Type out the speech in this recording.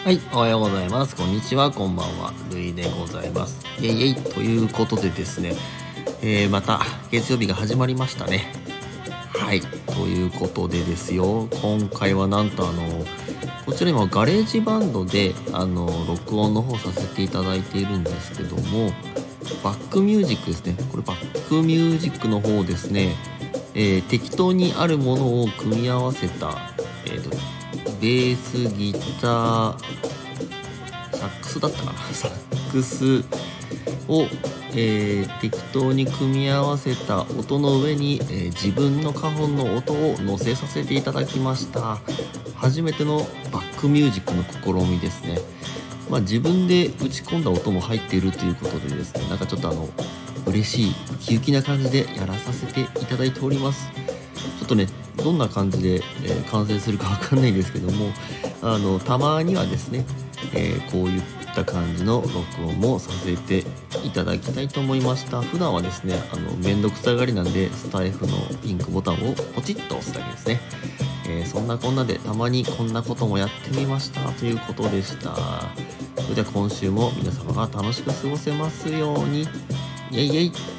はい、おはようございます。こんにちは、こんばんは。るいでございます。イェイイェイということでですね、また月曜日が始まりましたね。はい、ということでですよ、今回はなんとこちら今ガレージバンドで録音の方させていただいているんですけども、バックミュージックですね。これバックミュージックの方ですね、適当にあるものを組み合わせた、ベース、ギター、サックスだったかなサックスを、適当に組み合わせた音の上に、自分の花本の音を乗せさせていただきました。初めてのバックミュージックの試みですね。自分で打ち込んだ音も入っているということでですね、なんかちょっと嬉しいウキウキな感じでやらさせていただいております。ちょっとね、どんな感じで、完成するかわかんないですけども、たまにはですね、こういった感じの録音もさせていただきたいと思いました。普段はですね、めんどくさがりなんでスタイフのピンクボタンをポチッと押すだけですね。そんなこんなでたまにこんなこともやってみましたということでした。それでは今週も皆様が楽しく過ごせますように。イェイイェイ。